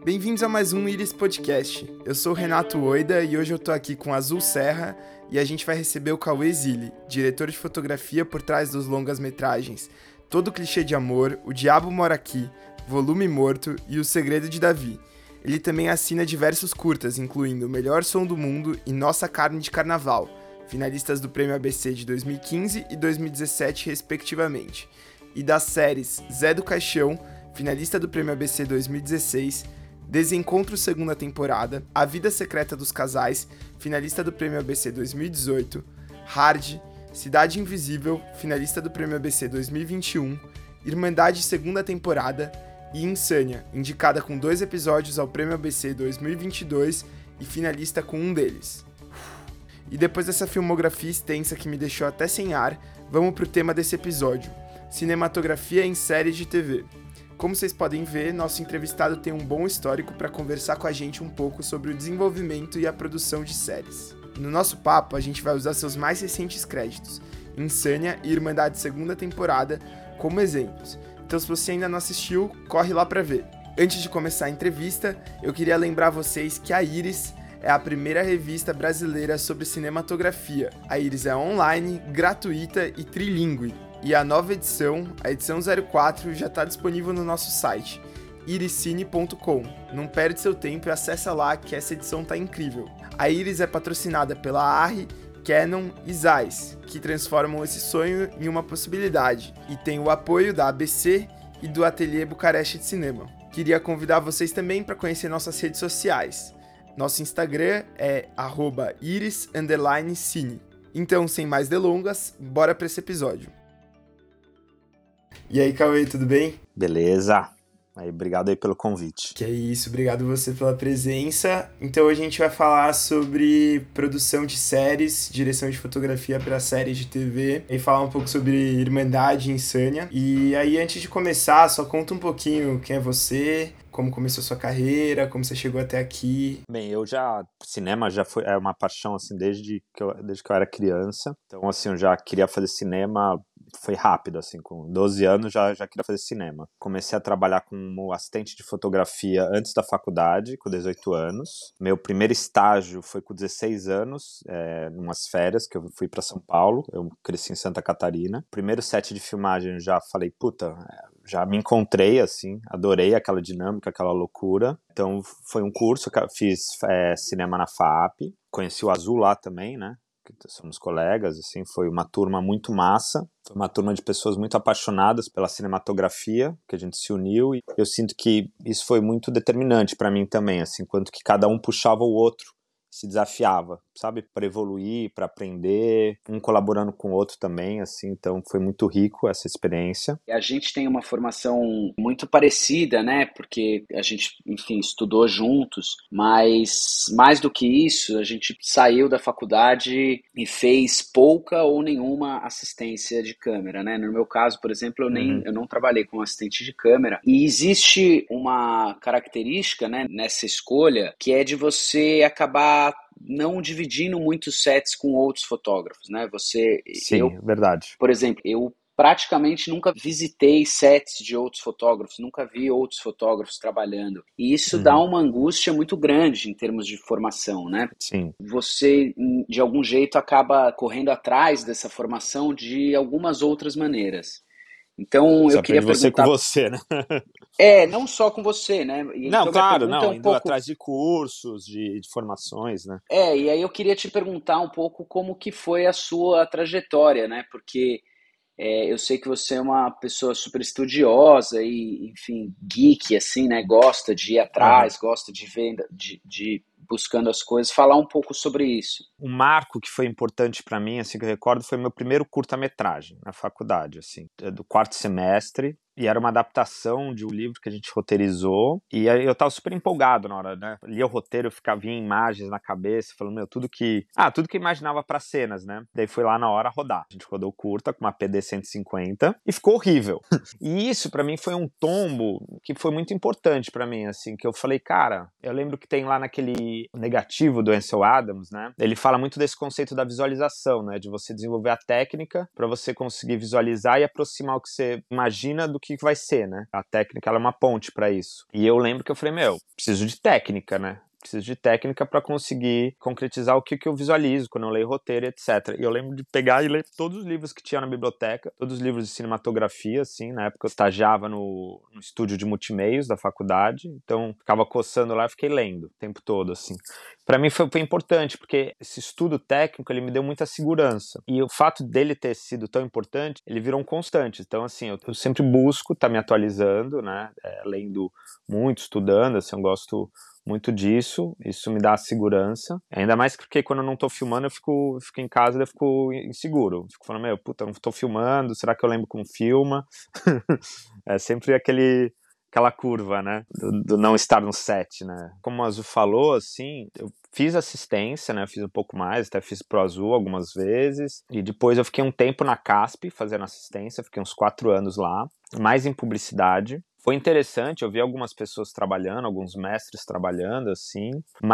Bem-vindos a mais um Iris Podcast. Eu sou o Renato Oida e hoje eu tô aqui com a Azul Serra e a gente vai receber o Cauê Zilli, diretor de fotografia por trás dos longas-metragens Todo Clichê de Amor, O Diabo Mora Aqui, Volume Morto e O Segredo de Davi. Ele também assina diversos curtas, incluindo O Melhor Som do Mundo e Nossa Carne de Carnaval, finalistas do Prêmio ABC de 2015 e 2017, respectivamente. E das séries Zé do Caixão, finalista do Prêmio ABC 2016, Desencontro segunda temporada, A Vida Secreta dos Casais, finalista do Prêmio ABC 2018, Hard, Cidade Invisível, finalista do Prêmio ABC 2021, Irmandade segunda temporada e Insânia, indicada com 2 episódios ao Prêmio ABC 2022 e finalista com um deles. E depois dessa filmografia extensa que me deixou até sem ar, vamos pro tema desse episódio: cinematografia em séries de TV. Como vocês podem ver, nosso entrevistado tem um bom histórico para conversar com a gente um pouco sobre o desenvolvimento e a produção de séries. No nosso papo, a gente vai usar seus mais recentes créditos, Insânia e Irmandade segunda temporada, como exemplos. Então, se você ainda não assistiu, corre lá para ver. Antes de começar a entrevista, eu queria lembrar vocês que a Iris é a primeira revista brasileira sobre cinematografia. A Iris é online, gratuita e trilingüe. E a nova edição, a edição 04, já está disponível no nosso site, iriscine.com. Não perde seu tempo e acessa lá que essa edição tá incrível. A Iris é patrocinada pela Arri, Canon e Zeiss, que transformam esse sonho em uma possibilidade, e tem o apoio da ABC e do Ateliê Bucareste de Cinema. Queria convidar vocês também para conhecer nossas redes sociais. Nosso Instagram é @iris_cine. Então, sem mais delongas, bora para esse episódio. E aí, Cauê, tudo bem? Beleza. Aí, obrigado aí pelo convite. Que é isso, obrigado você pela presença. Então, hoje a gente vai falar sobre produção de séries, direção de fotografia para séries de TV, e falar um pouco sobre Irmandade e Insânia. E aí, antes de começar, só conta um pouquinho quem é você, como começou sua carreira, como você chegou até aqui. Bem, cinema já foi uma paixão, assim, desde que eu era criança. Então, assim, eu já queria fazer cinema, foi rápido, assim, com 12 anos já queria fazer cinema. Comecei a trabalhar como assistente de fotografia antes da faculdade, com 18 anos. Meu primeiro estágio foi com 16 anos, numas férias, que eu fui para São Paulo, eu cresci em Santa Catarina. Primeiro set de filmagem eu já falei, já me encontrei, assim, adorei aquela dinâmica, aquela loucura. Então, foi um curso que eu fiz cinema na FAAP, conheci o Azul lá também, né? Somos colegas, assim, foi uma turma muito massa, foi uma turma de pessoas muito apaixonadas pela cinematografia, que a gente se uniu, e eu sinto que isso foi muito determinante para mim também, assim, quanto que cada um puxava o outro, se desafiava, sabe, para evoluir, para aprender, um colaborando com o outro também, assim, então foi muito rico essa experiência. A gente tem uma formação muito parecida, né, porque a gente, enfim, estudou juntos, mas mais do que isso, a gente saiu da faculdade e fez pouca ou nenhuma assistência de câmera, né, no meu caso, por exemplo, eu não trabalhei como assistente de câmera, e existe uma característica, né, nessa escolha, que é de você acabar não dividindo muitos sets com outros fotógrafos, né? Sim, verdade. Por exemplo, eu praticamente nunca visitei sets de outros fotógrafos, nunca vi outros fotógrafos trabalhando. E isso dá uma angústia muito grande em termos de formação, né? Sim. Você, de algum jeito, acaba correndo atrás dessa formação de algumas outras maneiras. Então, Só eu queria você perguntar... com você, né? Não só com você, né? E não, então, claro, indo atrás de cursos, de formações, né? E aí eu queria te perguntar um pouco como que foi a sua trajetória, né? Porque eu sei que você é uma pessoa super estudiosa e, enfim, geek, assim, né? Gosta de ir atrás, gosta de ver, de buscando as coisas. Falar um pouco sobre isso. Um marco que foi importante para mim, assim, que eu recordo, foi meu primeiro curta-metragem na faculdade, assim, do 4º semestre. E era uma adaptação de um livro que a gente roteirizou, e aí eu tava super empolgado na hora, né? Lia o roteiro, eu ficava via imagens na cabeça, falando, tudo que eu imaginava para cenas, né? Daí foi lá na hora rodar. A gente rodou curta com uma PD 150 e ficou horrível. E isso para mim foi um tombo que foi muito importante para mim, assim, que eu falei, cara, eu lembro que tem lá filme Negativo, do Ansel Adams, né, ele fala muito desse conceito da visualização, né, de você desenvolver a técnica para você conseguir visualizar e aproximar o que você imagina do que vai ser, né. A técnica, ela é uma ponte para isso. E eu lembro que eu falei, preciso de técnica, né. Preciso de técnica para conseguir concretizar o que eu visualizo quando eu leio roteiro, etc. E eu lembro de pegar e ler todos os livros que tinha na biblioteca, todos os livros de cinematografia, assim, na época eu estagiava no estúdio de multimeios da faculdade, então ficava coçando lá e fiquei lendo o tempo todo, assim. Para mim foi importante, porque esse estudo técnico, ele me deu muita segurança. E o fato dele ter sido tão importante, ele virou um constante. Então, assim, eu sempre busco estar me atualizando, né, lendo muito, estudando, assim, eu gosto muito disso, isso me dá segurança, ainda mais porque quando eu não tô filmando eu fico em casa e eu fico inseguro, fico falando, eu não tô filmando, será que eu lembro como filma? É sempre aquela curva, né, do não estar no set, né. Como a Azul falou, assim, eu fiz assistência, né, eu fiz um pouco mais, até fiz pro Azul algumas vezes, e depois eu fiquei um tempo na CASP fazendo assistência, fiquei uns 4 anos lá, mais em publicidade. Foi interessante, eu vi algumas pessoas trabalhando, alguns mestres trabalhando, assim,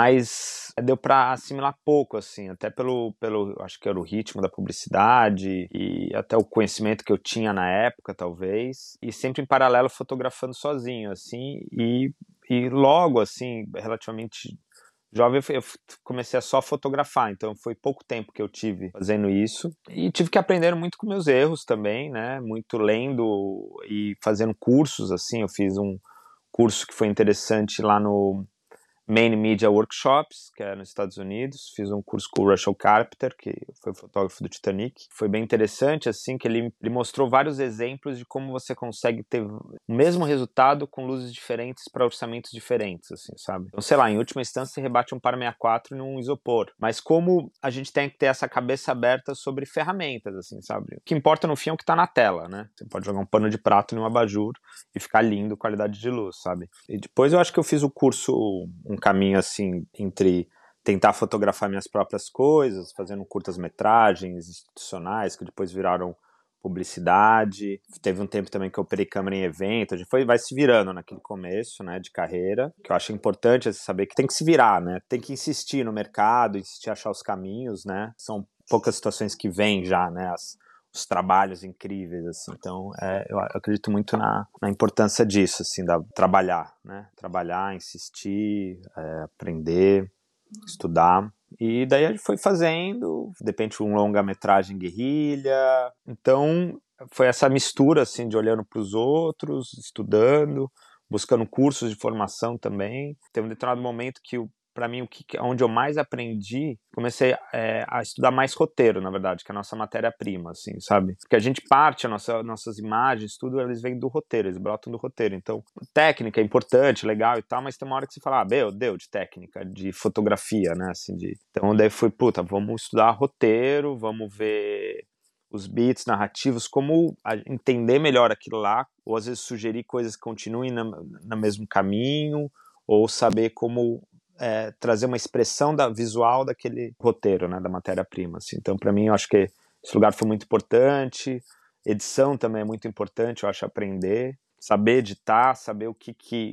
mas deu pra assimilar pouco, assim, até pelo acho que era o ritmo da publicidade e até o conhecimento que eu tinha na época, talvez, e sempre em paralelo fotografando sozinho, assim, e logo, assim, relativamente jovem, eu comecei a só fotografar, então foi pouco tempo que eu tive fazendo isso, e tive que aprender muito com meus erros também, né, muito lendo e fazendo cursos, assim, eu fiz um curso que foi interessante lá no Main Media Workshops, que é nos Estados Unidos, fiz um curso com o Russell Carpenter, que foi o fotógrafo do Titanic, foi bem interessante, assim, que ele mostrou vários exemplos de como você consegue ter o mesmo resultado com luzes diferentes para orçamentos diferentes, assim, sabe? Então, sei lá, em última instância você rebate um Para 64 num isopor, mas como a gente tem que ter essa cabeça aberta sobre ferramentas, assim, sabe? O que importa no fim é o que tá na tela, né? Você pode jogar um pano de prato num abajur e ficar lindo, qualidade de luz, sabe? E depois eu acho que eu fiz o curso, um caminho assim entre tentar fotografar minhas próprias coisas, fazendo curtas-metragens institucionais que depois viraram publicidade. Teve um tempo também que eu operei câmera em evento, a gente vai se virando naquele começo, né, de carreira, que eu acho importante saber que tem que se virar, né, tem que insistir no mercado, insistir a achar os caminhos, né, são poucas situações que vêm já, né, os trabalhos incríveis, assim, então eu acredito muito na importância disso, assim, trabalhar, né, trabalhar, insistir, aprender, estudar, e daí a gente foi fazendo, de repente um longa-metragem guerrilha, então foi essa mistura, assim, de olhando para os outros, estudando, buscando cursos de formação também, teve um determinado momento que para mim, onde eu mais aprendi, comecei a estudar mais roteiro, na verdade, que é a nossa matéria-prima, assim, sabe? Porque a gente parte, nossas imagens, tudo, eles vêm do roteiro, eles brotam do roteiro. Então, técnica é importante, legal e tal, mas tem uma hora que você fala, deu de técnica, de fotografia, né, assim, Então, daí foi, vamos estudar roteiro, vamos ver os beats narrativos, como entender melhor aquilo lá, ou às vezes sugerir coisas que continuem no mesmo caminho, ou saber como trazer uma expressão visual daquele roteiro, né, da matéria-prima, assim. Então, para mim, eu acho que esse lugar foi muito importante, edição também é muito importante, eu acho, aprender, saber editar, saber o que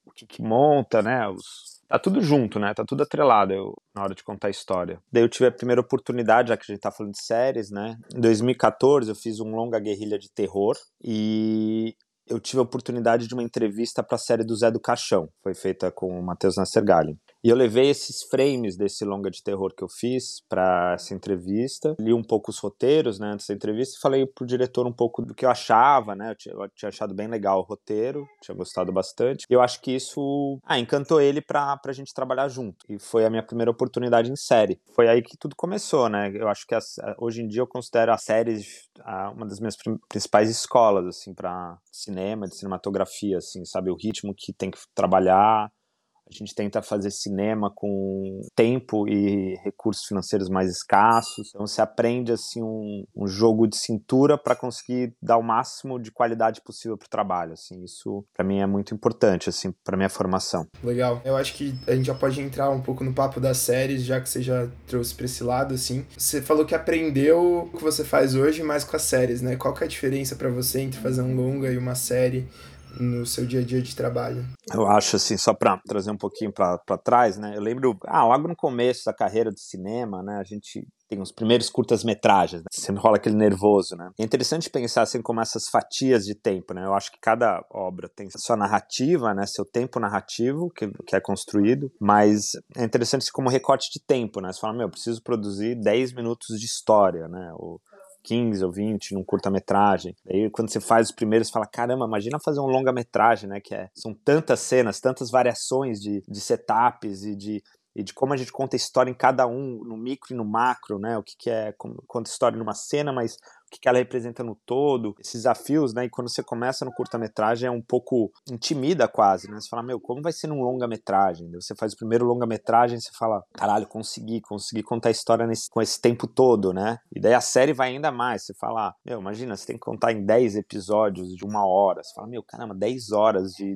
monta, né, tá tudo junto, né, tá tudo atrelado na hora de contar a história. Daí eu tive a primeira oportunidade, já que a gente tá falando de séries, né, em 2014 eu fiz um longa guerrilha de terror, e eu tive a oportunidade de uma entrevista para a série do Zé do Caixão, foi feita com o Matheus Nassergalli. E eu levei esses frames desse longa de terror que eu fiz para essa entrevista, li um pouco os roteiros, né, antes da entrevista, e falei pro diretor um pouco do que eu achava, né, eu tinha achado bem legal o roteiro, tinha gostado bastante, e eu acho que isso encantou ele pra gente trabalhar junto, e foi a minha primeira oportunidade em série. Foi aí que tudo começou, né, eu acho que hoje em dia eu considero as séries uma das minhas principais escolas, assim, para cinema, de cinematografia, assim, sabe, o ritmo que tem que trabalhar. A gente tenta fazer cinema com tempo e recursos financeiros mais escassos. Então você aprende assim um jogo de cintura para conseguir dar o máximo de qualidade possível pro trabalho. Assim, isso para mim é muito importante, assim, para minha formação. Legal. Eu acho que a gente já pode entrar um pouco no papo das séries, já que você já trouxe para esse lado, assim. Você falou que aprendeu o que você faz hoje mais com as séries, né? Qual que é a diferença para você entre fazer um longa e uma série? no seu dia a dia de trabalho? Eu acho, assim, só para trazer um pouquinho para trás, né? Eu lembro, logo no começo da carreira de cinema, né? A gente tem os primeiros curtas-metragens, né? Sempre rola aquele nervoso, né? É interessante pensar, assim, como essas fatias de tempo, né? Eu acho que cada obra tem sua narrativa, né? Seu tempo narrativo, que é construído, mas é interessante como recorte de tempo, né? Você fala, eu preciso produzir 10 minutos de história, né? 15 ou 20 num curta-metragem. Aí quando você faz os primeiros, você fala, caramba, imagina fazer um longa-metragem, né? São tantas cenas, tantas variações de setups e de como a gente conta a história em cada um, no micro e no macro, né? O que é, conta história numa cena, mas o que ela representa no todo, esses desafios, né? E quando você começa no curta-metragem é um pouco intimida quase, né? Você fala, como vai ser num longa-metragem? Você faz o primeiro longa-metragem e você fala, caralho, consegui contar a história com esse tempo todo, né? E daí a série vai ainda mais, você fala, imagina, você tem que contar em 10 episódios de 1 hora, você fala, caramba, 10 horas de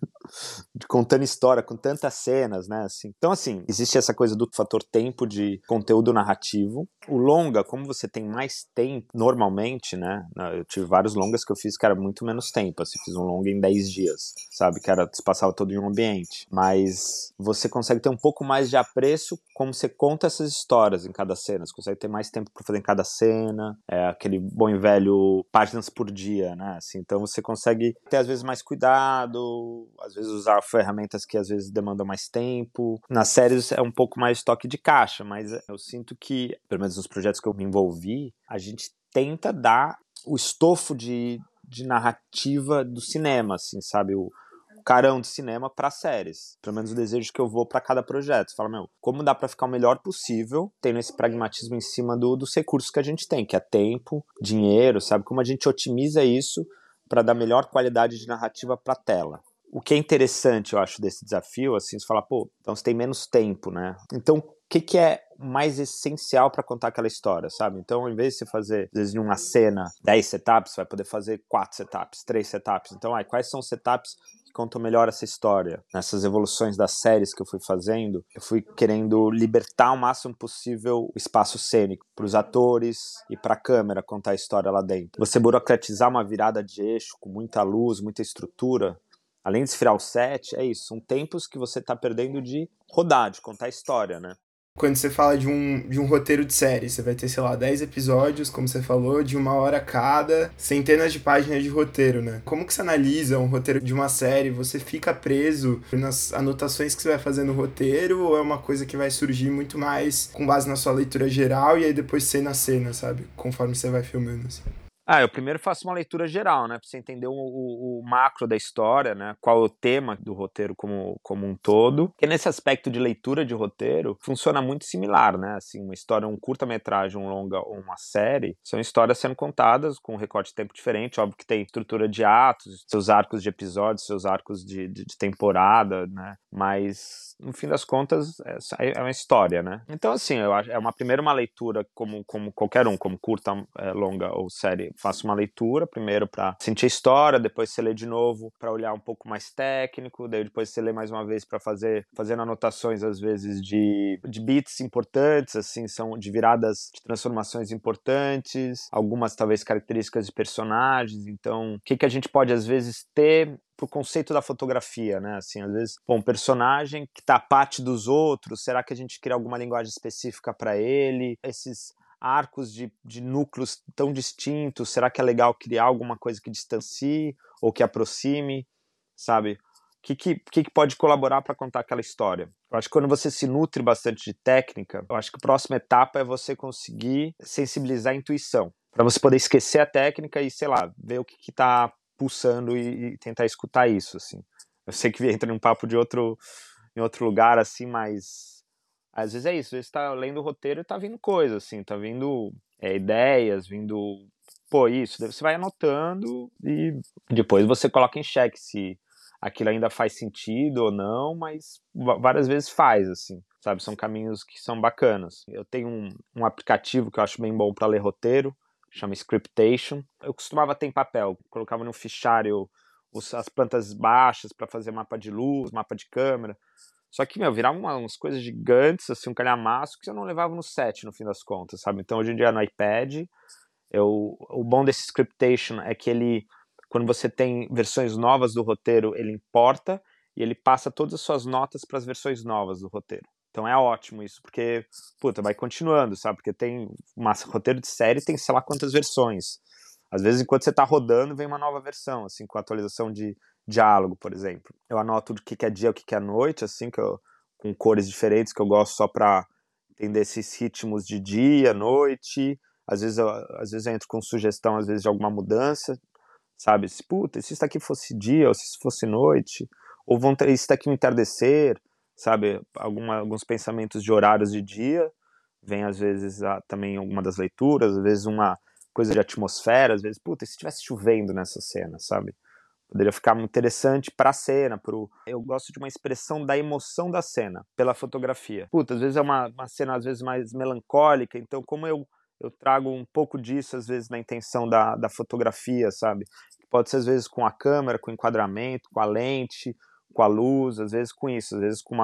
contando história, com tantas cenas, né? Assim. Então, assim, existe essa coisa do fator tempo de conteúdo narrativo. O longa, como você tem mais tempo, normalmente, né? Eu tive vários longas que eu fiz que era muito menos tempo. Assim, fiz um longa em 10 dias, sabe? Que se passava todo em um ambiente. Mas você consegue ter um pouco mais de apreço como você conta essas histórias em cada cena. Você consegue ter mais tempo para fazer em cada cena. É aquele bom e velho páginas por dia, né? Assim, então você consegue ter, às vezes, mais cuidado, às vezes usar ferramentas que, às vezes, demandam mais tempo. Nas séries é um pouco mais toque de caixa, mas eu sinto que, pelo menos nos projetos que eu me envolvi, a gente tenta dar o estofo de narrativa do cinema, assim, sabe? O carão de cinema para séries. Pelo menos o desejo que eu vou para cada projeto. Você fala, como dá para ficar o melhor possível, tendo esse pragmatismo em cima dos recursos que a gente tem, que é tempo, dinheiro, sabe? Como a gente otimiza isso para dar melhor qualidade de narrativa para a tela. O que é interessante, eu acho, desse desafio, assim, você fala, então você tem menos tempo, né? Então, o que é mais essencial para contar aquela história, sabe? Então, ao invés de você fazer, às vezes, em uma cena, 10 setups, você vai poder fazer 4 setups, 3 setups. Então, quais são os setups que contam melhor essa história? Nessas evoluções das séries que eu fui fazendo, eu fui querendo libertar o máximo possível o espaço cênico para os atores e para a câmera contar a história lá dentro. Você burocratizar uma virada de eixo com muita luz, muita estrutura, além de esfriar o set, é isso. São tempos que você está perdendo de rodar, de contar a história, né? Quando você fala de um roteiro de série, você vai ter, sei lá, 10 episódios, como você falou, de 1 hora cada, centenas de páginas de roteiro, né? Como que você analisa um roteiro de uma série? Você fica preso nas anotações que você vai fazer no roteiro ou é uma coisa que vai surgir muito mais com base na sua leitura geral e aí depois cena a cena, sabe? Conforme você vai filmando, assim. Eu primeiro faço uma leitura geral, né, para você entender o macro da história, né, qual é o tema do roteiro como um todo. Porque nesse aspecto de leitura de roteiro, funciona muito similar, né, assim, uma história, um curta-metragem, um longa ou uma série, são histórias sendo contadas com um recorte de tempo diferente, óbvio que tem estrutura de atos, seus arcos de episódios, seus arcos de temporada, né, mas no fim das contas é uma história, né. Então, assim, eu acho, primeiro uma leitura como qualquer como curta, longa ou série, faço uma leitura primeiro para sentir a história, depois você lê de novo para olhar um pouco mais técnico, daí depois você lê mais uma vez para fazendo anotações às vezes de beats importantes, assim, são de viradas de transformações importantes, algumas talvez características de personagens. Então, o que a gente pode às vezes ter pro conceito da fotografia, né? Assim, às vezes, um personagem que tá à parte dos outros, será que a gente cria alguma linguagem específica para ele? Esses arcos de núcleos tão distintos, será que é legal criar alguma coisa que distancie ou que aproxime, sabe? O que pode colaborar para contar aquela história? Eu acho que quando você se nutre bastante de técnica, eu acho que a próxima etapa é você conseguir sensibilizar a intuição, para você poder esquecer a técnica e, sei lá, ver o que está pulsando e tentar escutar isso, assim. Eu sei que entra em um papo em outro lugar, assim, mas às vezes é isso, às vezes tá lendo o roteiro e tá vindo coisa, assim, tá vindo ideias, vindo, isso, daí você vai anotando e depois você coloca em xeque se aquilo ainda faz sentido ou não, mas várias vezes faz, assim, sabe, são caminhos que são bacanas. Eu tenho um aplicativo que eu acho bem bom para ler roteiro, chama Scriptation. Eu costumava ter em papel, colocava no fichário as plantas baixas para fazer mapa de luz, mapa de câmera. Só que, virava umas coisas gigantes, assim, um calhamaço que eu não levava no set, no fim das contas, sabe? Então, hoje em dia, no iPad, o bom desse Scriptation é que ele quando você tem versões novas do roteiro, ele importa e ele passa todas as suas notas para as versões novas do roteiro. Então é ótimo isso, porque, puta, vai continuando, sabe? Porque tem roteiro de série, tem sei lá quantas versões. Às vezes, enquanto você está rodando, vem uma nova versão, assim, com atualização de diálogo, por exemplo. Eu anoto o que é dia, o que é noite, assim, com cores diferentes, que eu gosto só para entender esses ritmos de dia, noite. Às vezes eu entro com sugestão, às vezes, de alguma mudança, sabe? Puta, se isso aqui fosse dia, ou se isso fosse noite, ou vão ter isso daqui um entardecer, sabe? Alguns pensamentos de horários de dia, vem às vezes também alguma das leituras, às vezes uma coisa de atmosfera, às vezes, puta, e se estivesse chovendo nessa cena, sabe? Poderia ficar muito interessante pra cena, Eu gosto de uma expressão da emoção da cena, pela fotografia. Puta, às vezes é uma cena, às vezes, mais melancólica, então como eu trago um pouco disso, às vezes, na intenção da fotografia, sabe? Pode ser, às vezes, com a câmera, com o enquadramento, com a lente, com a luz, às vezes com isso, às vezes com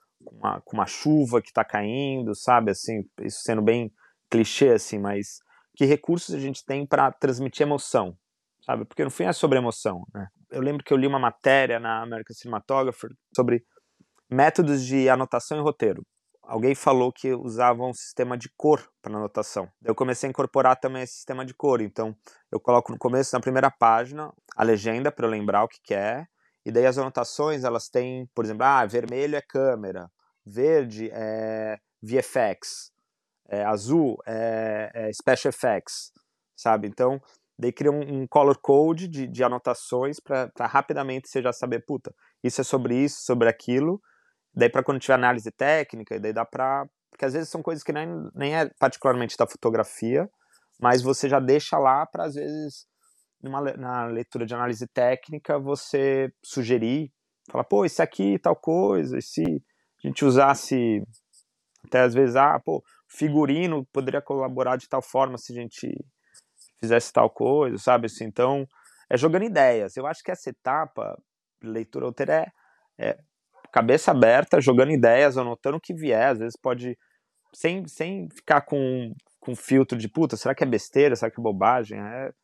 uma chuva que tá caindo, sabe? Assim, isso sendo bem clichê, assim, mas que recursos a gente tem para transmitir emoção, sabe? Porque no fim é sobre emoção, né? Eu lembro que eu li uma matéria na American Cinematographer sobre métodos de anotação em roteiro. Alguém falou que usava um sistema de cor para anotação. Eu comecei a incorporar também esse sistema de cor. Então, eu coloco no começo, na primeira página, a legenda para eu lembrar o que é. E daí as anotações, elas têm, por exemplo, vermelho é câmera, verde é VFX, azul é Special Effects, sabe? Então, daí cria um color code de anotações para rapidamente você já saber, puta, isso é sobre isso, sobre aquilo. Daí para quando tiver análise técnica, daí dá para... Porque às vezes são coisas que nem é particularmente da fotografia, mas você já deixa lá para, às vezes, na leitura de análise técnica, você sugerir, falar, pô, isso aqui tal coisa, e se a gente usasse até às vezes, figurino poderia colaborar de tal forma se a gente fizesse tal coisa, sabe? Assim, então, é jogando ideias. Eu acho que essa etapa, leitura roteira, é cabeça aberta, jogando ideias, anotando o que vier, às vezes pode, sem ficar com filtro de, puta, será que é besteira, será que é bobagem?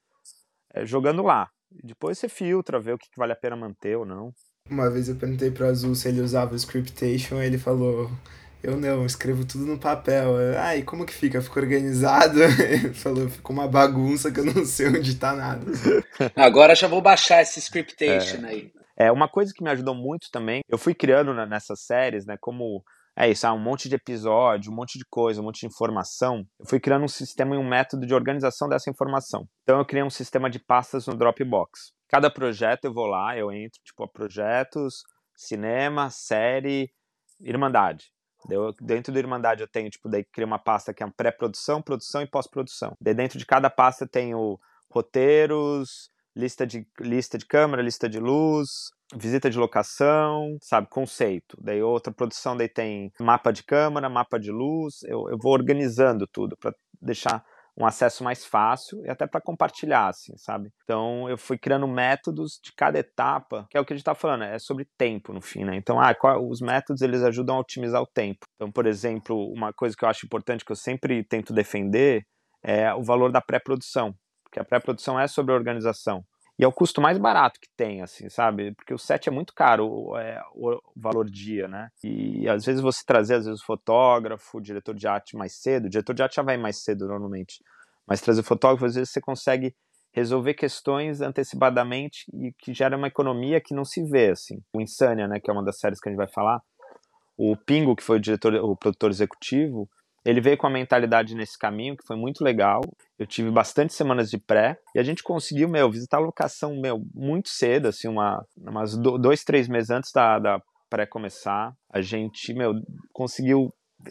É jogando lá. Depois você filtra, vê o que vale a pena manter ou não. Uma vez eu perguntei pro Azul se ele usava o Scriptation, ele falou, eu não, escrevo tudo no papel. E como que fica? Fica organizado? Ele falou, fica uma bagunça que eu não sei onde tá nada. Agora já vou baixar esse Scriptation aí. Uma coisa que me ajudou muito também, eu fui criando nessas séries, né, como um monte de episódio, um monte de coisa, um monte de informação, eu fui criando um sistema e um método de organização dessa informação. Então eu criei um sistema de pastas no Dropbox. Cada projeto eu vou lá, eu entro, projetos, cinema, série, Irmandade. Dentro da Irmandade eu tenho, daí criei uma pasta que é pré-produção, produção e pós-produção. Daí dentro de cada pasta eu tenho roteiros, lista de câmera, lista de luz, visita de locação, sabe, conceito. Daí outra produção, daí tem mapa de câmera, mapa de luz. Eu vou organizando tudo para deixar um acesso mais fácil e até para compartilhar, assim, sabe? Então eu fui criando métodos de cada etapa, que é o que a gente tá falando, é sobre tempo no fim, né? Então, os métodos eles ajudam a otimizar o tempo. Então, por exemplo, uma coisa que eu acho importante, que eu sempre tento defender, é o valor da pré-produção, porque a pré-produção é sobre a organização. E é o custo mais barato que tem, assim, sabe? Porque o set é muito caro, o valor dia, né? E às vezes você trazer, às vezes, o fotógrafo, o diretor de arte mais cedo, o diretor de arte já vai mais cedo normalmente, mas trazer o fotógrafo, às vezes você consegue resolver questões antecipadamente e que gera uma economia que não se vê, assim. O Insânia, né, que é uma das séries que a gente vai falar, o Pingo, que foi o produtor executivo, ele veio com a mentalidade nesse caminho, que foi muito legal. Eu tive bastante semanas de pré, e a gente conseguiu, visitar a locação, muito cedo, assim, umas 2-3 meses antes da pré começar. A gente, conseguiu,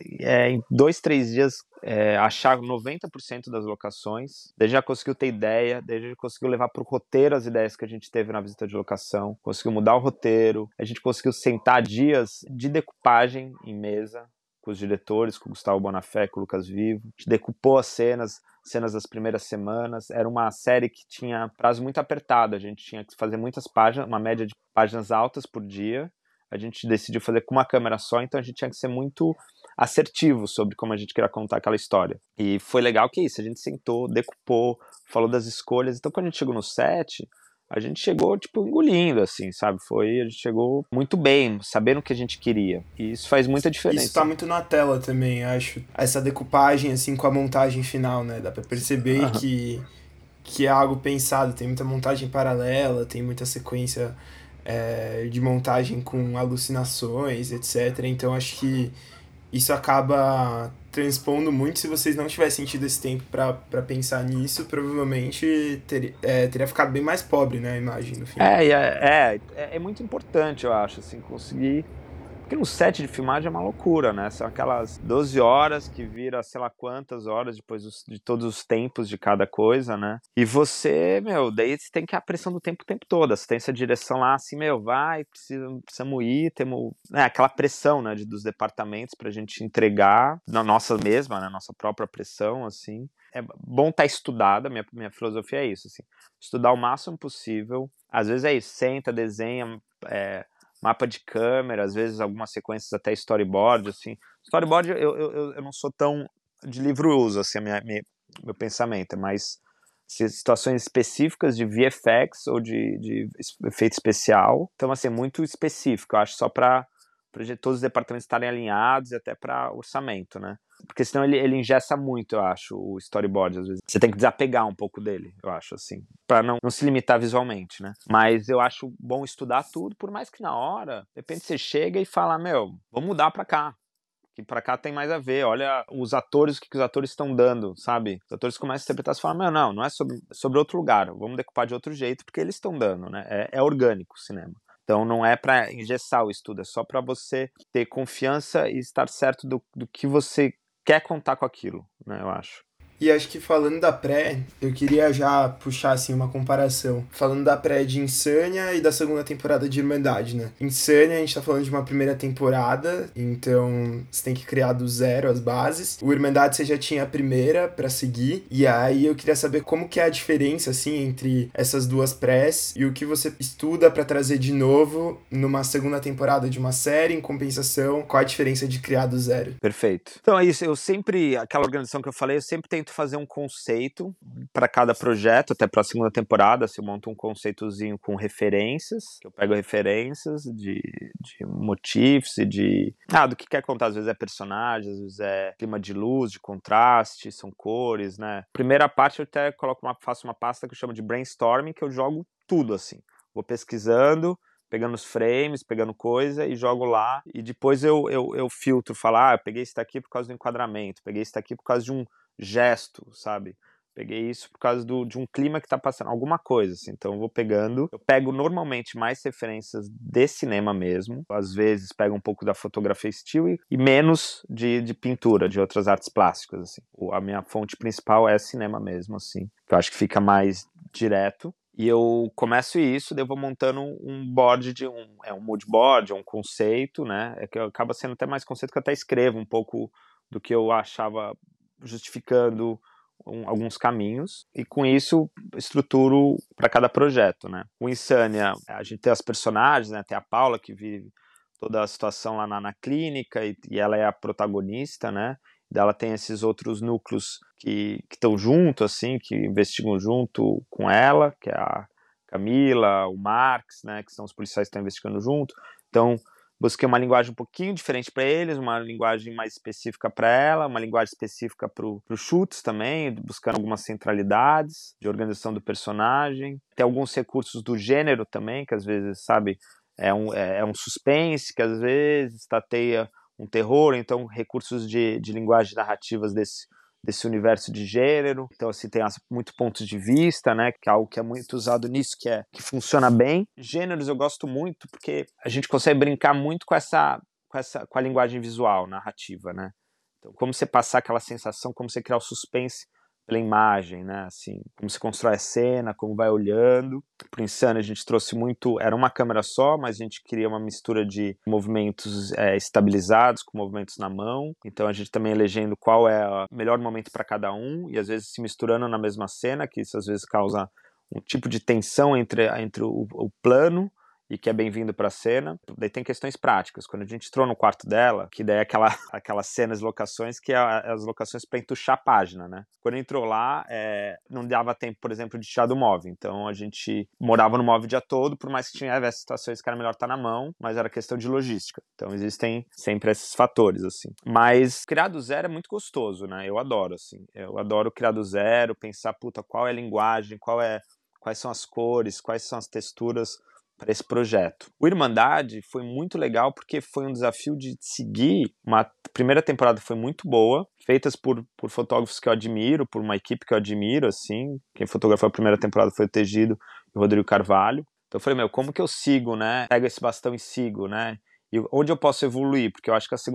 em 2-3 dias, achar 90% das locações. Daí já conseguiu ter ideia, daí já conseguiu levar para o roteiro as ideias que a gente teve na visita de locação, conseguiu mudar o roteiro, a gente conseguiu sentar dias de decupagem em mesa, com os diretores, com o Gustavo Bonafé, com o Lucas Vivo. A gente decupou as cenas das primeiras semanas. Era uma série que tinha prazo muito apertado. A gente tinha que fazer muitas páginas, uma média de páginas altas por dia. A gente decidiu fazer com uma câmera só, então a gente tinha que ser muito assertivo sobre como a gente queria contar aquela história. E foi legal que isso, a gente sentou, decupou, falou das escolhas. Então quando a gente chegou no set, a gente chegou, tipo, engolindo, assim, sabe? A gente chegou muito bem, sabendo o que a gente queria. E isso faz muita Isso tá diferença. muito na tela também, acho. Essa decupagem, assim, com a montagem final, né? Dá pra perceber que é algo pensado. Tem muita montagem paralela, tem muita sequência de montagem com alucinações, etc. Então acho que isso acaba transpondo muito. Se vocês não tivessem tido esse tempo pra pensar nisso, provavelmente teria ficado bem mais pobre, né, a imagem no fim. É muito importante, eu acho, assim, conseguir. Porque um set de filmagem é uma loucura, né? São aquelas 12 horas que vira sei lá quantas horas depois de todos os tempos de cada coisa, né? E você, daí você tem que ir a pressão do tempo o tempo todo. Você tem essa direção lá, assim, vai, precisamos ir, temos aquela pressão, né, dos departamentos pra gente entregar na nossa mesma, né, nossa própria pressão, assim. É bom estar estudada, minha filosofia é isso, assim, estudar o máximo possível. Às vezes é isso, senta, desenha, mapa de câmera, às vezes algumas sequências até storyboard, assim. Storyboard eu não sou tão de livro uso, assim, meu pensamento, é mais situações específicas de VFX ou de efeito especial. Então, assim, é muito específico, eu acho, só para todos os departamentos estarem alinhados e até para orçamento, né? Porque senão ele engessa muito, eu acho, o storyboard, às vezes. Você tem que desapegar um pouco dele, eu acho, assim, pra não se limitar visualmente, né? Mas eu acho bom estudar tudo, por mais que na hora, de repente você chega e fala, vamos mudar pra cá. Que pra cá tem mais a ver, olha os atores, o que os atores estão dando, sabe? Os atores começam a interpretar e falam, não é sobre outro lugar, vamos decupar de outro jeito, porque eles estão dando, né? É orgânico o cinema. Então não é para engessar o estudo, é só para você ter confiança e estar certo do que você quer contar com aquilo, né, eu acho. E acho que falando da pré, eu queria já puxar assim uma comparação. Falando da pré de Insânia e da segunda temporada de Irmandade, né? Insânia, a gente tá falando de uma primeira temporada, então você tem que criar do zero as bases. O Irmandade você já tinha a primeira pra seguir, e aí eu queria saber como que é a diferença, assim, entre essas duas prés e o que você estuda pra trazer de novo numa segunda temporada de uma série, em compensação, qual a diferença de criar do zero? Perfeito. Então é isso, aquela organização que eu falei, eu sempre tento fazer um conceito para cada projeto, até para a segunda temporada, se eu monto um conceitozinho com referências, que eu pego referências de motifs e do que quer contar, às vezes é personagem, às vezes é clima de luz, de contraste, são cores, né? Primeira parte eu até faço uma pasta que eu chamo de brainstorming, que eu jogo tudo, assim. Vou pesquisando, pegando os frames, pegando coisa e jogo lá, e depois eu filtro, falo, eu peguei isso daqui por causa do enquadramento, peguei isso daqui por causa de um gesto, sabe? Peguei isso por causa de um clima que tá passando, alguma coisa, assim. Então eu vou pegando, eu pego normalmente mais referências de cinema mesmo, às vezes pego um pouco da fotografia still e menos de pintura, de outras artes plásticas, assim. A minha fonte principal é cinema mesmo, assim, que eu acho que fica mais direto. E eu começo isso, daí eu vou montando um board um mood board, um conceito, né? É que acaba sendo até mais conceito que eu até escrevo um pouco do que eu achava justificando alguns caminhos. E com isso estruturo para cada projeto, né? O Insânia, a gente tem as personagens, né? Tem a Paula que vive toda a situação lá na clínica e ela é a protagonista, né? Ela tem esses outros núcleos que estão junto, assim, que investigam junto com ela, que é a Camila, o Marx, né, que são os policiais que estão investigando junto. Então, busquei uma linguagem um pouquinho diferente para eles, uma linguagem mais específica para ela, uma linguagem específica para o Schultz também, buscando algumas centralidades de organização do personagem. Tem alguns recursos do gênero também, que às vezes, sabe, é um suspense, que às vezes tateia um terror, então recursos de linguagem narrativas desse universo de gênero. Então, assim, tem muito pontos de vista, né, que é algo que é muito usado nisso, que funciona bem. Gêneros eu gosto muito porque a gente consegue brincar muito com a linguagem visual, narrativa, né. Então, como você passar aquela sensação, como você criar o suspense pela imagem, né, assim, como se constrói a cena, como vai olhando. Pro Insano a gente trouxe muito, era uma câmera só, mas a gente queria uma mistura de movimentos estabilizados com movimentos na mão, então a gente também elegendo qual é o melhor momento para cada um, e às vezes se misturando na mesma cena, que isso às vezes causa um tipo de tensão entre o plano e que é bem-vindo pra cena. Daí tem questões práticas. Quando a gente entrou no quarto dela, que daí é aquelas cenas, locações, que é as locações pra entuchar a página, né? Quando entrou lá, não dava tempo, por exemplo, de tirar do móvel. Então a gente morava no móvel o dia todo, por mais que tivesse situações que era melhor estar na mão, mas era questão de logística. Então existem sempre esses fatores, assim. Mas criar do zero é muito gostoso, né? Eu adoro, assim. Eu adoro criar do zero, pensar, puta, qual é a linguagem, quais são as cores, quais são as texturas para esse projeto. O Irmandade foi muito legal porque foi um desafio de seguir. Uma primeira temporada foi muito boa, feitas por fotógrafos que eu admiro, por uma equipe que eu admiro, assim. Quem fotografou a primeira temporada foi o Tegido e o Rodrigo Carvalho. Então eu falei, como que eu sigo, né? Pego esse bastão e sigo, né? E onde eu posso evoluir? Porque eu acho que as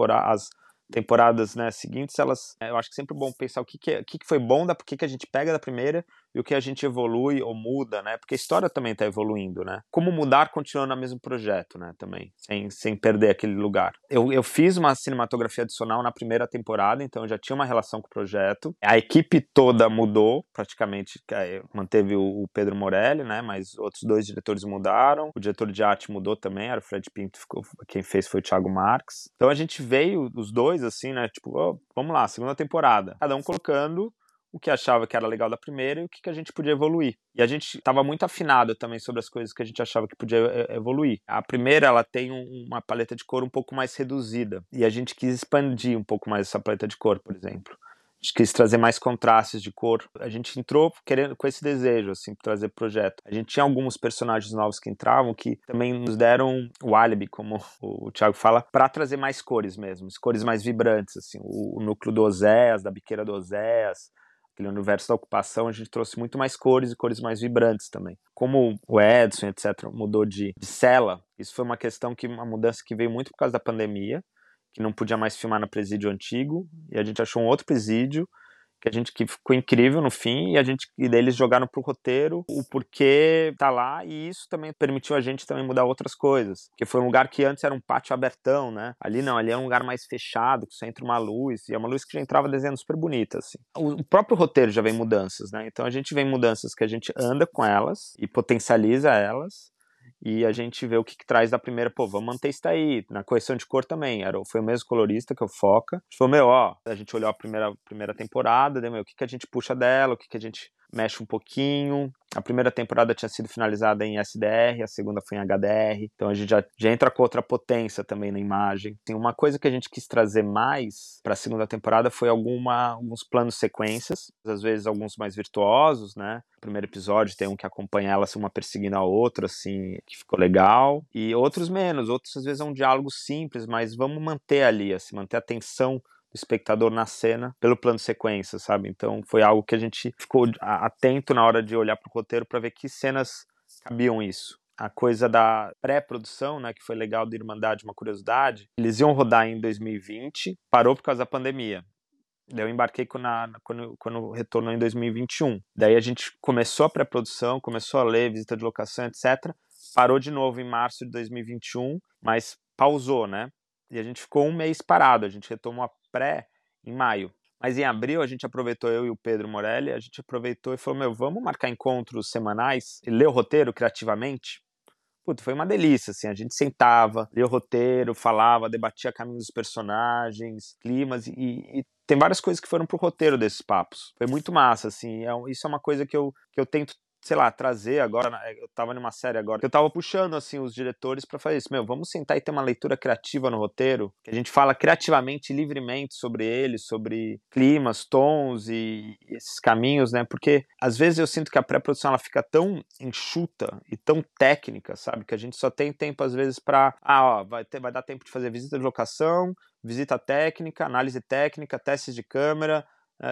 temporadas, né, seguintes, eu acho que é sempre bom pensar o que foi bom, por que a gente pega da primeira e o que a gente evolui ou muda, né, porque a história também está evoluindo, né, como mudar continuando no mesmo projeto, né, também, sem perder aquele lugar. Eu fiz uma cinematografia adicional na primeira temporada, então eu já tinha uma relação com o projeto, a equipe toda mudou, praticamente, manteve o Pedro Morelli, né, mas outros 2 diretores mudaram, o diretor de arte mudou também, era o Fred Pinto, quem fez foi o Thiago Marques, então a gente veio, os dois, assim, né, tipo, vamos lá, segunda temporada, cada um colocando o que achava que era legal da primeira e o que a gente podia evoluir. E a gente estava muito afinado também sobre as coisas que a gente achava que podia evoluir. A primeira, ela tem uma paleta de cor um pouco mais reduzida, e a gente quis expandir um pouco mais essa paleta de cor, por exemplo. A gente quis trazer mais contrastes de cor. A gente entrou querendo com esse desejo, assim, trazer projeto. A gente tinha alguns personagens novos que entravam que também nos deram o álibi, como o Thiago fala, para trazer mais cores mesmo, cores mais vibrantes, assim. O núcleo do Oséias, da biqueira do Oséias, aquele universo da ocupação, a gente trouxe muito mais cores e cores mais vibrantes também. Como o Edson, etc., mudou de cela, isso foi uma mudança que veio muito por causa da pandemia, que não podia mais filmar no presídio antigo, e a gente achou um outro presídio, que ficou incrível no fim, e daí eles jogaram pro roteiro o porquê tá lá, e isso também permitiu a gente também mudar outras coisas, porque foi um lugar que antes era um pátio abertão, né, ali não, ali é um lugar mais fechado, que só entra uma luz, e é uma luz que já entrava desenhando super bonita, assim. O próprio roteiro já vem mudanças, né, então a gente vem mudanças que a gente anda com elas, e potencializa elas, e a gente vê o que traz da primeira, vamos manter isso aí. Na correção de cor também, foi o mesmo colorista que é o Foca. A gente falou, a gente olhou a primeira temporada, o que a gente puxa dela, o que a gente mexe um pouquinho. A primeira temporada tinha sido finalizada em SDR, a segunda foi em HDR, então a gente já entra com outra potência também na imagem. Assim, uma coisa que a gente quis trazer mais para a segunda temporada foi alguns planos sequências, às vezes alguns mais virtuosos, né? O primeiro episódio tem um que acompanha ela, assim, uma perseguindo a outra, assim, que ficou legal, e outros menos, outros às vezes é um diálogo simples, mas vamos manter ali, assim, manter a tensão do espectador na cena pelo plano sequência, sabe? Então foi algo que a gente ficou atento na hora de olhar pro roteiro para ver que cenas cabiam isso. A coisa da pré-produção, né, que foi legal do Irmandade, uma curiosidade, eles iam rodar em 2020, parou por causa da pandemia. Daí eu embarquei quando retornou em 2021. Daí a gente começou a pré-produção, começou a ler, visita de locação, etc. Parou de novo em março de 2021, mas pausou, né? E a gente ficou um mês parado, a gente retomou a pré em maio. Mas em abril a gente aproveitou, eu e o Pedro Morelli, a gente aproveitou e falou, vamos marcar encontros semanais e ler o roteiro criativamente? Puta, foi uma delícia, assim, a gente sentava, lia o roteiro, falava, debatia caminhos dos personagens, climas, e tem várias coisas que foram pro roteiro desses papos. Foi muito massa, assim, isso é uma coisa que eu tento, sei lá, trazer agora, eu tava numa série agora, eu tava puxando, assim, os diretores pra fazer isso, vamos sentar e ter uma leitura criativa no roteiro, que a gente fala criativamente, livremente sobre ele, sobre climas, tons e esses caminhos, né, porque às vezes eu sinto que a pré-produção ela fica tão enxuta e tão técnica, sabe, que a gente só tem tempo às vezes pra, vai dar tempo de fazer visita de locação, visita técnica, análise técnica, testes de câmera,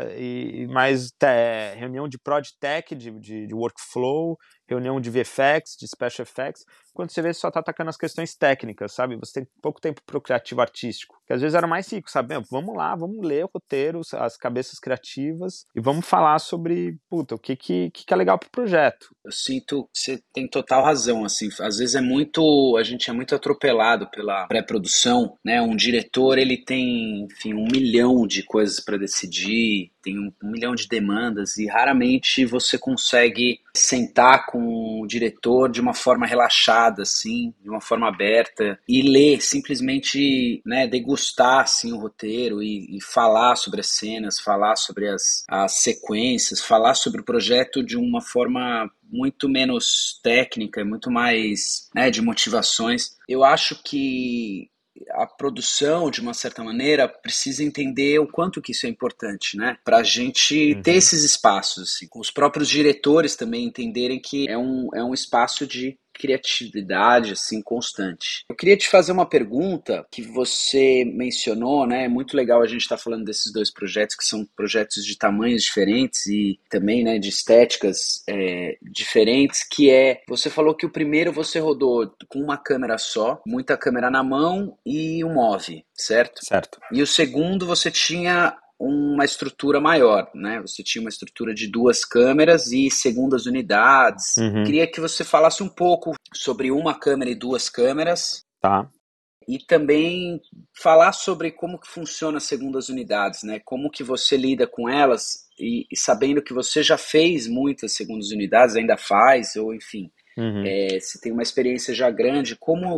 e mais reunião de prod tech, de workflow, reunião de VFX, de special effects, quando você vê, você só tá atacando as questões técnicas, sabe? Você tem pouco tempo pro criativo artístico, que às vezes era mais rico, sabe? Vamos lá, vamos ler o roteiro, as cabeças criativas, e vamos falar sobre, o que é legal pro projeto. Eu sinto que você tem total razão, assim, às vezes a gente é muito atropelado pela pré-produção, né? Um diretor, ele tem, enfim, 1 milhão de coisas para decidir, tem um milhão de demandas e raramente você consegue sentar com o diretor de uma forma relaxada, assim, de uma forma aberta e ler, simplesmente, né, degustar assim, o roteiro e falar sobre as cenas, falar sobre as sequências, falar sobre o projeto de uma forma muito menos técnica, muito mais, né, de motivações. Eu acho que a produção, de uma certa maneira, precisa entender o quanto que isso é importante, né? Para a gente ter esses espaços, assim, com os próprios diretores também entenderem que é um espaço de criatividade assim constante. Eu queria te fazer uma pergunta que você mencionou, né? É muito legal a gente estar falando desses dois projetos que são projetos de tamanhos diferentes e também, né, de estéticas diferentes. Que é, você falou que o primeiro você rodou com uma câmera só, muita câmera na mão e um MOV, certo? Certo. E o segundo você tinha uma estrutura maior, né? Você tinha uma estrutura de 2 câmeras e segundas unidades. Queria que você falasse um pouco sobre uma câmera e 2 câmeras. Tá. E também falar sobre como que funciona as segundas unidades, né? Como que você lida com elas e sabendo que você já fez muitas segundas unidades, ainda faz, ou enfim, você tem uma experiência já grande,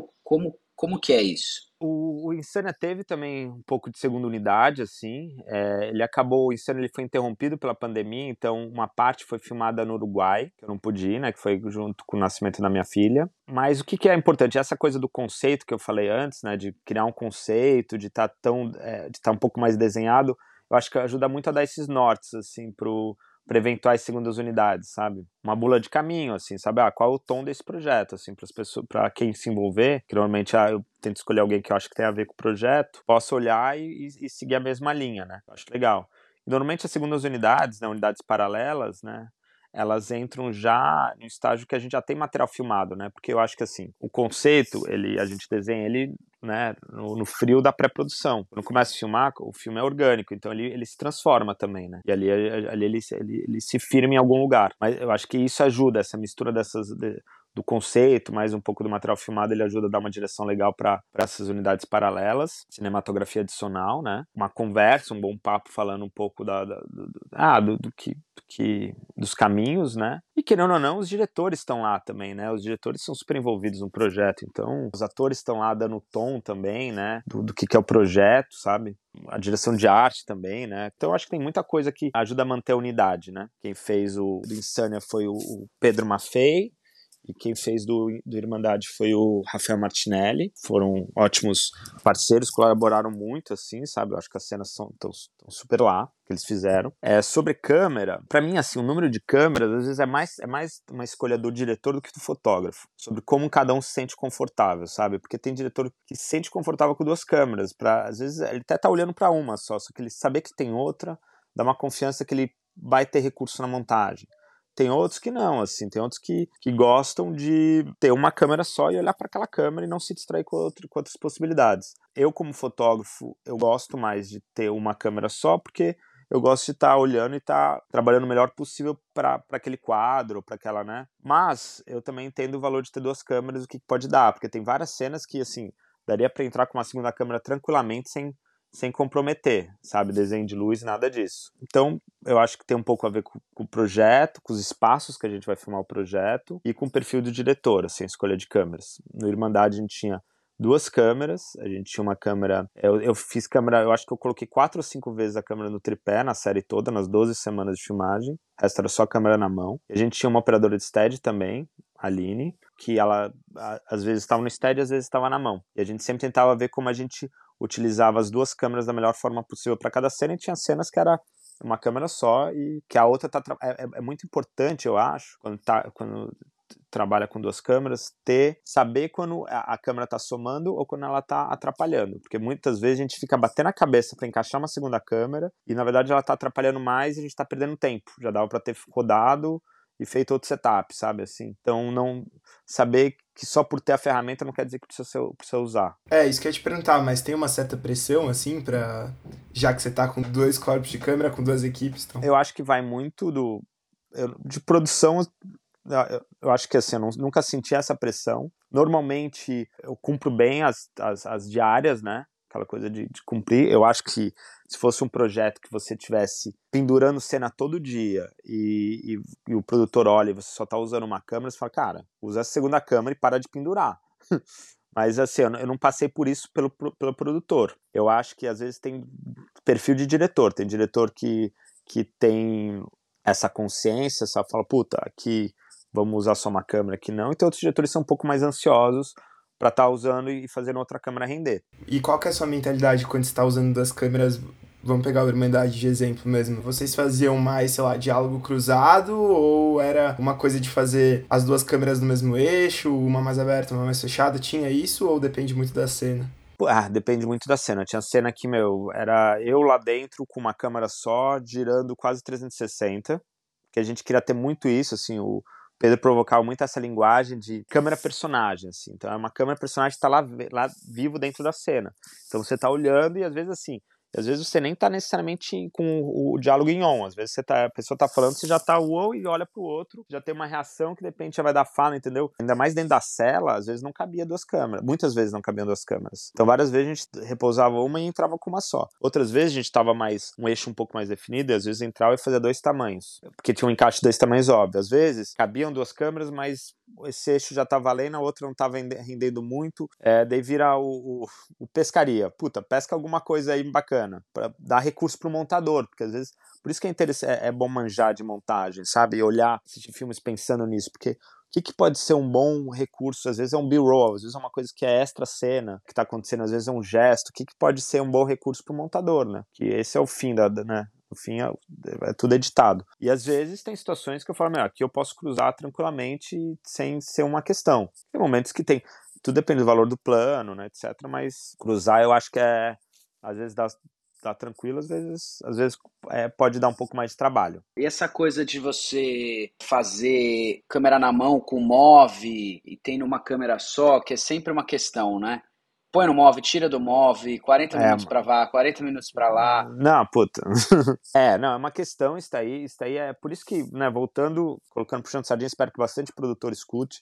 como que é isso? O Insânia teve também um pouco de segunda unidade, assim. O Insânia ele foi interrompido pela pandemia, então uma parte foi filmada no Uruguai, que eu não pude ir, né, que foi junto com o nascimento da minha filha. Mas o que é importante? Essa coisa do conceito que eu falei antes, né, de criar um conceito, de estar um pouco mais desenhado, eu acho que ajuda muito a dar esses nortes, assim, para eventuais segundas unidades, sabe? Uma bula de caminho, assim, sabe? Qual é o tom desse projeto, assim, para as pessoas, para quem se envolver, que normalmente eu tento escolher alguém que eu acho que tem a ver com o projeto, possa olhar e seguir a mesma linha, né? Eu acho legal. E, normalmente as segundas unidades, né, unidades paralelas, né, elas entram já no estágio que a gente já tem material filmado, né? Porque eu acho que, assim, o conceito, a gente desenha ele, né, no frio da pré-produção. Quando começa a filmar, o filme é orgânico, então ele se transforma também, né? E ali ele se firma em algum lugar. Mas eu acho que isso ajuda, essa mistura do conceito, mais um pouco do material filmado, ele ajuda a dar uma direção legal para essas unidades paralelas, cinematografia adicional, né? Uma conversa, um bom papo falando um pouco dos caminhos, né? E querendo ou não, os diretores estão lá também, né? Os diretores são super envolvidos no projeto, então os atores estão lá dando tom também, né? Do que é o projeto, sabe? A direção de arte também, né? Então eu acho que tem muita coisa que ajuda a manter a unidade, né? Quem fez o do Insânia foi o Pedro Maffei, e quem fez do Irmandade foi o Rafael Martinelli. Foram ótimos parceiros, colaboraram muito, assim, sabe? Eu acho que as cenas estão super lá, que eles fizeram. Sobre câmera, pra mim, assim, o número de câmeras, às vezes, é mais uma escolha do diretor do que do fotógrafo. Sobre como cada um se sente confortável, sabe? Porque tem diretor que se sente confortável com 2 câmeras. Às vezes, ele até tá olhando pra uma só que ele saber que tem outra, dá uma confiança que ele vai ter recurso na montagem. Tem outros que não, assim, tem outros que gostam de ter uma câmera só e olhar para aquela câmera e não se distrair com outras possibilidades. Eu, como fotógrafo, eu gosto mais de ter uma câmera só porque eu gosto de estar olhando e estar trabalhando o melhor possível para aquele quadro, para aquela, né? Mas eu também entendo o valor de ter 2 câmeras, o que pode dar, porque tem várias cenas que, assim, daria para entrar com uma segunda câmera tranquilamente sem comprometer, sabe, desenho de luz, nada disso. Então, eu acho que tem um pouco a ver com o projeto, com os espaços que a gente vai filmar o projeto e com o perfil do diretor, assim, a escolha de câmeras. No Irmandade a gente tinha 2 câmeras, a gente tinha uma câmera, eu fiz câmera, eu acho que eu coloquei 4 ou 5 vezes a câmera no tripé na série toda, nas 12 semanas de filmagem, o resto era só a câmera na mão. E a gente tinha uma operadora de steady também, a Aline, que ela às vezes estava no steady, às vezes estava na mão. E a gente sempre tentava ver como a gente utilizava as 2 câmeras da melhor forma possível para cada cena, e tinha cenas que era uma câmera só e que a outra é muito importante, eu acho, quando trabalha com 2 câmeras, saber quando a câmera está somando ou quando ela está atrapalhando, porque muitas vezes a gente fica batendo a cabeça para encaixar uma segunda câmera e na verdade ela está atrapalhando mais e a gente está perdendo tempo, já dava para ter rodado e feito outro setup, sabe, assim. Então, não saber que só por ter a ferramenta não quer dizer que precisa usar. Isso que eu ia te perguntar, mas tem uma certa pressão, assim, já que você tá com 2 corpos de câmera, com 2 equipes, então... Eu acho que vai muito de produção. Eu acho que, assim, eu nunca senti essa pressão. Normalmente, eu cumpro bem as diárias, né, aquela coisa de cumprir. Eu acho que se fosse um projeto que você tivesse pendurando cena todo dia e o produtor olha e você só tá usando uma câmera, você fala, cara, usa a segunda câmera e para de pendurar. Mas assim, eu não passei por isso pelo produtor. Eu acho que às vezes tem perfil de diretor. Tem diretor que tem essa consciência, só fala, puta, aqui vamos usar só uma câmera, aqui não. E tem outros diretores que são um pouco mais ansiosos para estar usando e fazendo outra câmera render. E qual que é a sua mentalidade quando você tá usando duas câmeras? Vamos pegar a Irmandade de exemplo mesmo. Vocês faziam mais, sei lá, diálogo cruzado ou era uma coisa de fazer as duas câmeras no mesmo eixo, uma mais aberta, uma mais fechada? Tinha isso ou depende muito da cena? Depende muito da cena. Tinha cena que, era eu lá dentro com uma câmera só, girando quase 360, que a gente queria ter muito isso, assim, o Pedro provocava muito essa linguagem de câmera personagem, assim. Então é uma câmera personagem que tá lá vivo dentro da cena. Então você tá olhando e às vezes você nem tá necessariamente com o diálogo em on. Às vezes a pessoa tá falando, você já tá uou e olha pro outro, já tem uma reação que de repente já vai dar fala, entendeu? Ainda mais dentro da cela, às vezes não cabia duas câmeras. Muitas vezes não cabiam duas câmeras. Então várias vezes a gente repousava uma e entrava com uma só. Outras vezes a gente tava um eixo um pouco mais definido e às vezes entrava e fazia dois tamanhos. Porque tinha um encaixe de dois tamanhos óbvio. Às vezes cabiam duas câmeras, mas esse eixo já tá valendo, a outra não tá rendendo muito. Daí vira o pescaria. Puta, pesca alguma coisa aí bacana, pra dar recurso pro montador, porque às vezes, por isso que é bom manjar de montagem, sabe? E olhar, assistir filmes pensando nisso, porque o que pode ser um bom recurso? Às vezes é um B-roll, às vezes é uma coisa que é extra cena, que tá acontecendo, às vezes é um gesto. O que pode ser um bom recurso pro montador, né? Que esse é o fim né? No fim, é tudo editado. E às vezes tem situações que eu falo, aqui eu posso cruzar tranquilamente sem ser uma questão. Tem momentos que tem, tudo depende do valor do plano, né, etc. Mas cruzar eu acho que às vezes dá tranquilo, às vezes pode dar um pouco mais de trabalho. E essa coisa de você fazer câmera na mão com move e tem numa câmera só, que é sempre uma questão, né? Põe no move, tira do move, 40 minutos pra lá, 40 minutos pra lá. Não, puta. Não, é uma questão, isso aí é por isso que, né, voltando, puxando sardinha, espero que bastante produtor escute,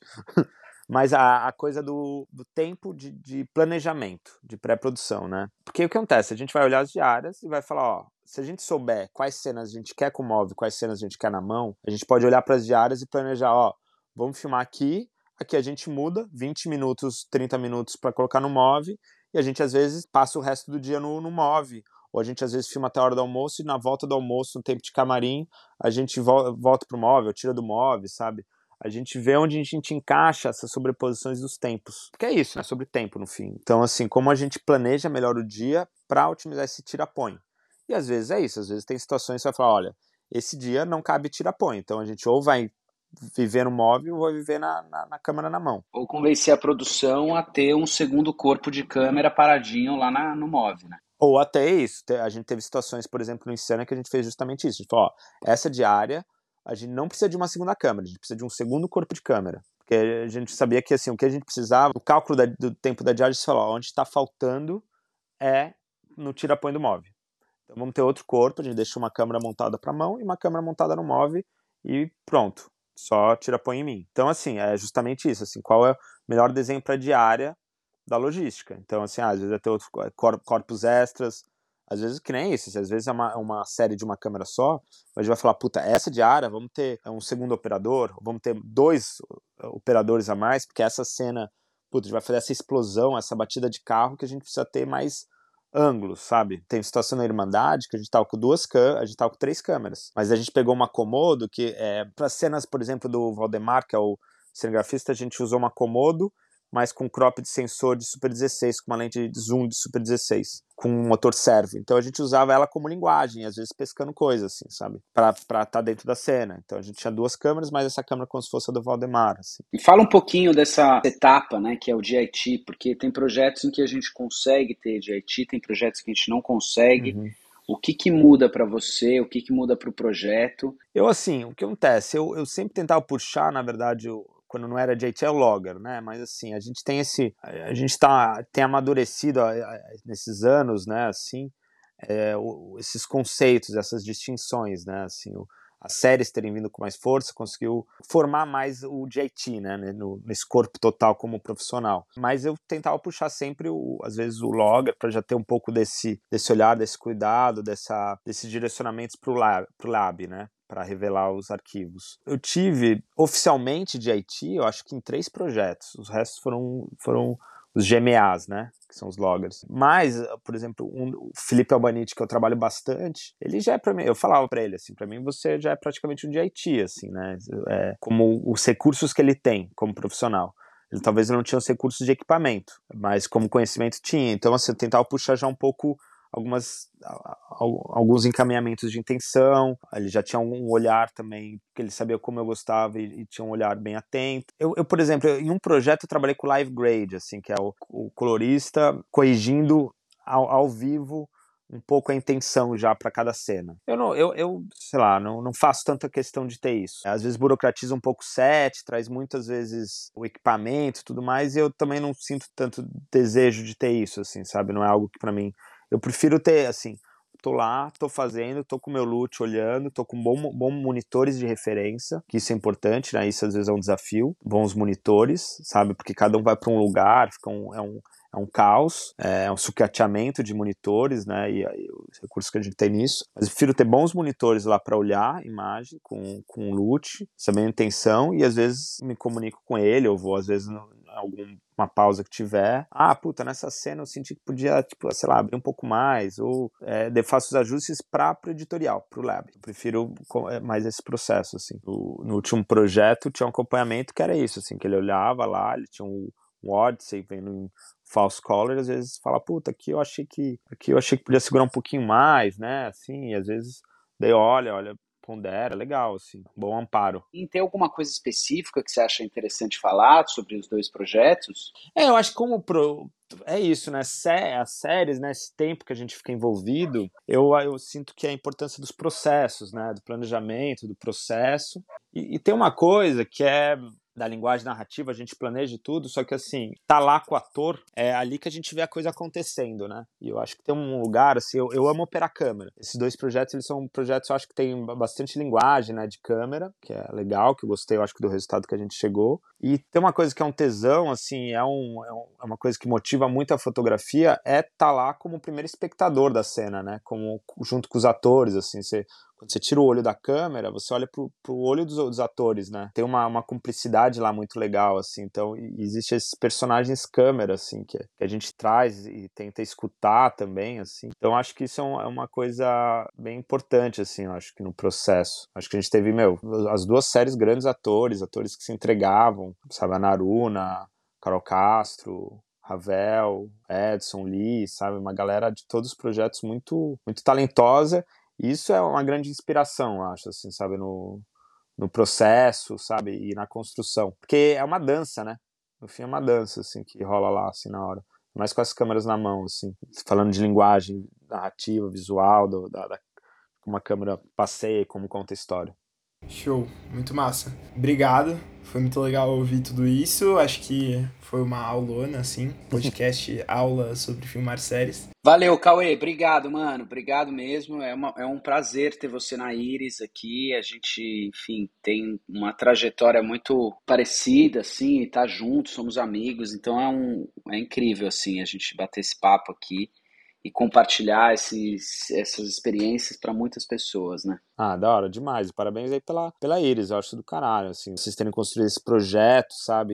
mas a coisa do tempo de planejamento, de pré-produção, né? Porque o que acontece? A gente vai olhar as diárias e vai falar, ó, se a gente souber quais cenas a gente quer com move, quais cenas a gente quer na mão, a gente pode olhar para as diárias e planejar, ó, vamos filmar aqui a gente muda 20 minutos, 30 minutos para colocar no move, e a gente às vezes passa o resto do dia no move, ou a gente às vezes filma até a hora do almoço e na volta do almoço, no tempo de camarim, a gente volta pro move, ou tira do move, sabe? A gente vê onde a gente encaixa essas sobreposições dos tempos. Porque é isso, né? Sobre tempo, no fim. Então, assim, como a gente planeja melhor o dia para otimizar esse tira-põe. E às vezes é isso, às vezes tem situações que você vai falar, olha, esse dia não cabe tira-põe, então a gente ou vai viver no móvel ou vai viver na câmera na mão. Ou convencer a produção a ter um segundo corpo de câmera paradinho lá no move, né? Ou até isso, a gente teve situações, por exemplo, no Insana que a gente fez justamente isso. A gente falou, ó, essa diária, a gente não precisa de uma segunda câmera, a gente precisa de um segundo corpo de câmera. Porque a gente sabia que, assim, o que a gente precisava, o cálculo do tempo da diária, a gente falou, ó, onde está faltando é no tira-põe do móvel. Então vamos ter outro corpo, a gente deixa uma câmera montada para mão e uma câmera montada no móvel e pronto, só tira-põe em mim. Então, assim, é justamente isso, assim, qual é o melhor desenho para diária da logística. Então, assim, às vezes é ter outros corpos extras, às vezes que nem isso, às vezes é uma série de uma câmera só, a gente vai falar, puta, essa diária, vamos ter um segundo operador, vamos ter 2 operadores a mais, porque essa cena, puta, a gente vai fazer essa explosão, essa batida de carro que a gente precisa ter mais ângulos, sabe? Tem situação na Irmandade que a gente tava com 3 câmeras, mas a gente pegou uma Komodo que para cenas, por exemplo, do Valdemar, que é o cinegrafista, a gente usou uma Komodo, mas com crop de sensor de Super 16, com uma lente de zoom de Super 16, com um motor servo. Então a gente usava ela como linguagem, às vezes pescando coisas, assim, sabe? Pra estar dentro da cena. Então a gente tinha 2 câmeras, mas essa câmera como se fosse a do Valdemar, assim. E fala um pouquinho dessa etapa, né, que é o DIT, porque tem projetos em que a gente consegue ter DIT, tem projetos que a gente não consegue. Uhum. O que muda para você? O que muda para o projeto? Assim, o que acontece? Eu sempre tentava puxar, na verdade, quando não era JT, é o Logger, né? Mas assim, a gente tem tem amadurecido nesses anos, né? Assim, esses conceitos, essas distinções, né? Assim, as séries terem vindo com mais força, conseguiu formar mais o JT, né, nesse corpo total como profissional. Mas eu tentava puxar sempre, às vezes, o logger para já ter um pouco desse olhar, desse cuidado, desses direcionamentos para o lab, né, para revelar os arquivos. Eu tive, oficialmente, de IT, eu acho que em 3 projetos. Os restos foram os GMAs, né, que são os loggers. Mas, por exemplo, o Felipe Albanite, que eu trabalho bastante, ele já é para mim, eu falava para ele, assim, para mim você já é praticamente um de IT, assim, né, como os recursos que ele tem como profissional. Ele talvez não tinha os recursos de equipamento, mas como conhecimento tinha. Então, assim, eu tentava puxar já um pouco alguns encaminhamentos de intenção. Ele já tinha um olhar também, que ele sabia como eu gostava e tinha um olhar bem atento. Eu, por exemplo, em um projeto eu trabalhei com o Live Grade, assim, que é o colorista corrigindo ao vivo um pouco a intenção já para cada cena. Eu sei lá, não faço tanta questão de ter isso. Às vezes burocratiza um pouco o set, traz muitas vezes o equipamento e tudo mais, e eu também não sinto tanto desejo de ter isso, assim, sabe? Não é algo que para mim... Eu prefiro ter, assim, tô lá, tô fazendo, tô com o meu loot olhando, tô com bons monitores de referência, que isso é importante, né? Isso às vezes é um desafio. Bons monitores, sabe? Porque cada um vai para um lugar, é um caos, é um sucateamento de monitores, né, e os recursos que a gente tem nisso. Mas eu prefiro ter bons monitores lá para olhar a imagem com loot, sabendo a intenção, e às vezes me comunico com ele, ou vou às vezes alguma pausa que tiver. Puta, nessa cena eu senti que podia, tipo, sei lá, abrir um pouco mais, ou faço os ajustes para o editorial, para o lab. Eu prefiro mais esse processo, assim. No último projeto tinha um acompanhamento que era isso, assim, que ele olhava lá, ele tinha um Odyssey vendo um false color, às vezes fala, puta, aqui eu achei que podia segurar um pouquinho mais, né, assim, e às vezes daí olha, pondera, legal, assim, bom amparo. E tem alguma coisa específica que você acha interessante falar sobre os 2 projetos? Eu acho que é isso, né, as séries, né, esse tempo que a gente fica envolvido, eu sinto que é a importância dos processos, né, do planejamento, do processo, e tem uma coisa que é da linguagem narrativa, a gente planeja tudo, só que assim, tá lá com o ator, é ali que a gente vê a coisa acontecendo, né? E eu acho que tem um lugar, assim, eu amo operar câmera. Esses 2 projetos, eles são projetos, eu acho que tem bastante linguagem, né, de câmera, que é legal, que eu gostei, eu acho que do resultado que a gente chegou. E tem uma coisa que é um tesão, assim, é uma coisa que motiva muito a fotografia, é tá lá como o primeiro espectador da cena, né? Junto com os atores, assim, quando você tira o olho da câmera, você olha pro olho dos atores, né? Tem uma cumplicidade lá muito legal, assim. Então, existe esses personagens câmera, assim, que a gente traz e tenta escutar também, assim. Então, acho que isso é uma coisa bem importante, assim, eu acho que no processo. Acho que a gente teve, as 2 séries grandes atores que se entregavam, sabe? A Naruna, Carol Castro, Ravel, Edson, Lee, sabe? Uma galera de todos os projetos muito, muito talentosa. Isso é uma grande inspiração, eu acho, assim, sabe, no processo, sabe, e na construção. Porque é uma dança, né? No fim é uma dança, assim, que rola lá, assim, na hora. Mas com as câmeras na mão, assim. Falando de linguagem narrativa, visual, como a câmera passeia, como conta a história. Show, muito massa. Obrigado, foi muito legal ouvir tudo isso. Acho que foi uma aulona, assim, podcast aula sobre filmar séries. Valeu, Cauê, obrigado, mano, obrigado mesmo. É um prazer ter você na Iris aqui. A gente, enfim, tem uma trajetória muito parecida, assim, e tá junto, somos amigos, então é incrível, assim, a gente bater esse papo aqui e compartilhar essas experiências para muitas pessoas, né? Da hora, demais. Parabéns aí pela Iris, eu acho do caralho, assim, vocês terem construído esse projeto, sabe?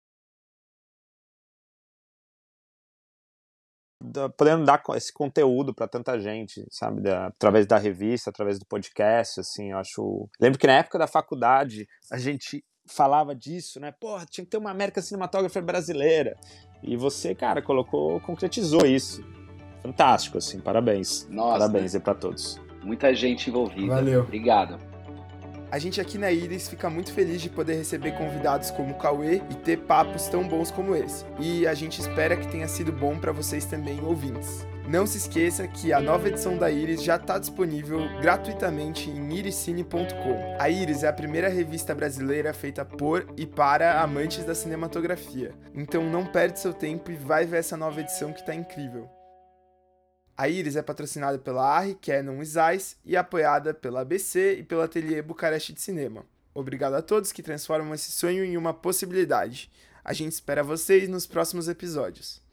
Podendo dar esse conteúdo para tanta gente, sabe, através da revista, através do podcast, assim, eu acho... Lembro que na época da faculdade a gente falava disso, né, porra, tinha que ter uma América Cinematográfica brasileira, e você, cara, concretizou isso. Fantástico, assim, parabéns. Nossa, parabéns, né? Aí pra todos. Muita gente envolvida. Valeu. Obrigado. A gente aqui na Iris fica muito feliz de poder receber convidados como o Cauê e ter papos tão bons como esse. E a gente espera que tenha sido bom para vocês também, ouvintes. Não se esqueça que a nova edição da Iris já está disponível gratuitamente em iriscine.com. A Iris é a primeira revista brasileira feita por e para amantes da cinematografia. Então não perde seu tempo e vai ver essa nova edição que está incrível. A Iris é patrocinada pela Arri, Canon e Zeiss e apoiada pela ABC e pelo Ateliê Bucareste de Cinema. Obrigado a todos que transformam esse sonho em uma possibilidade. A gente espera vocês nos próximos episódios.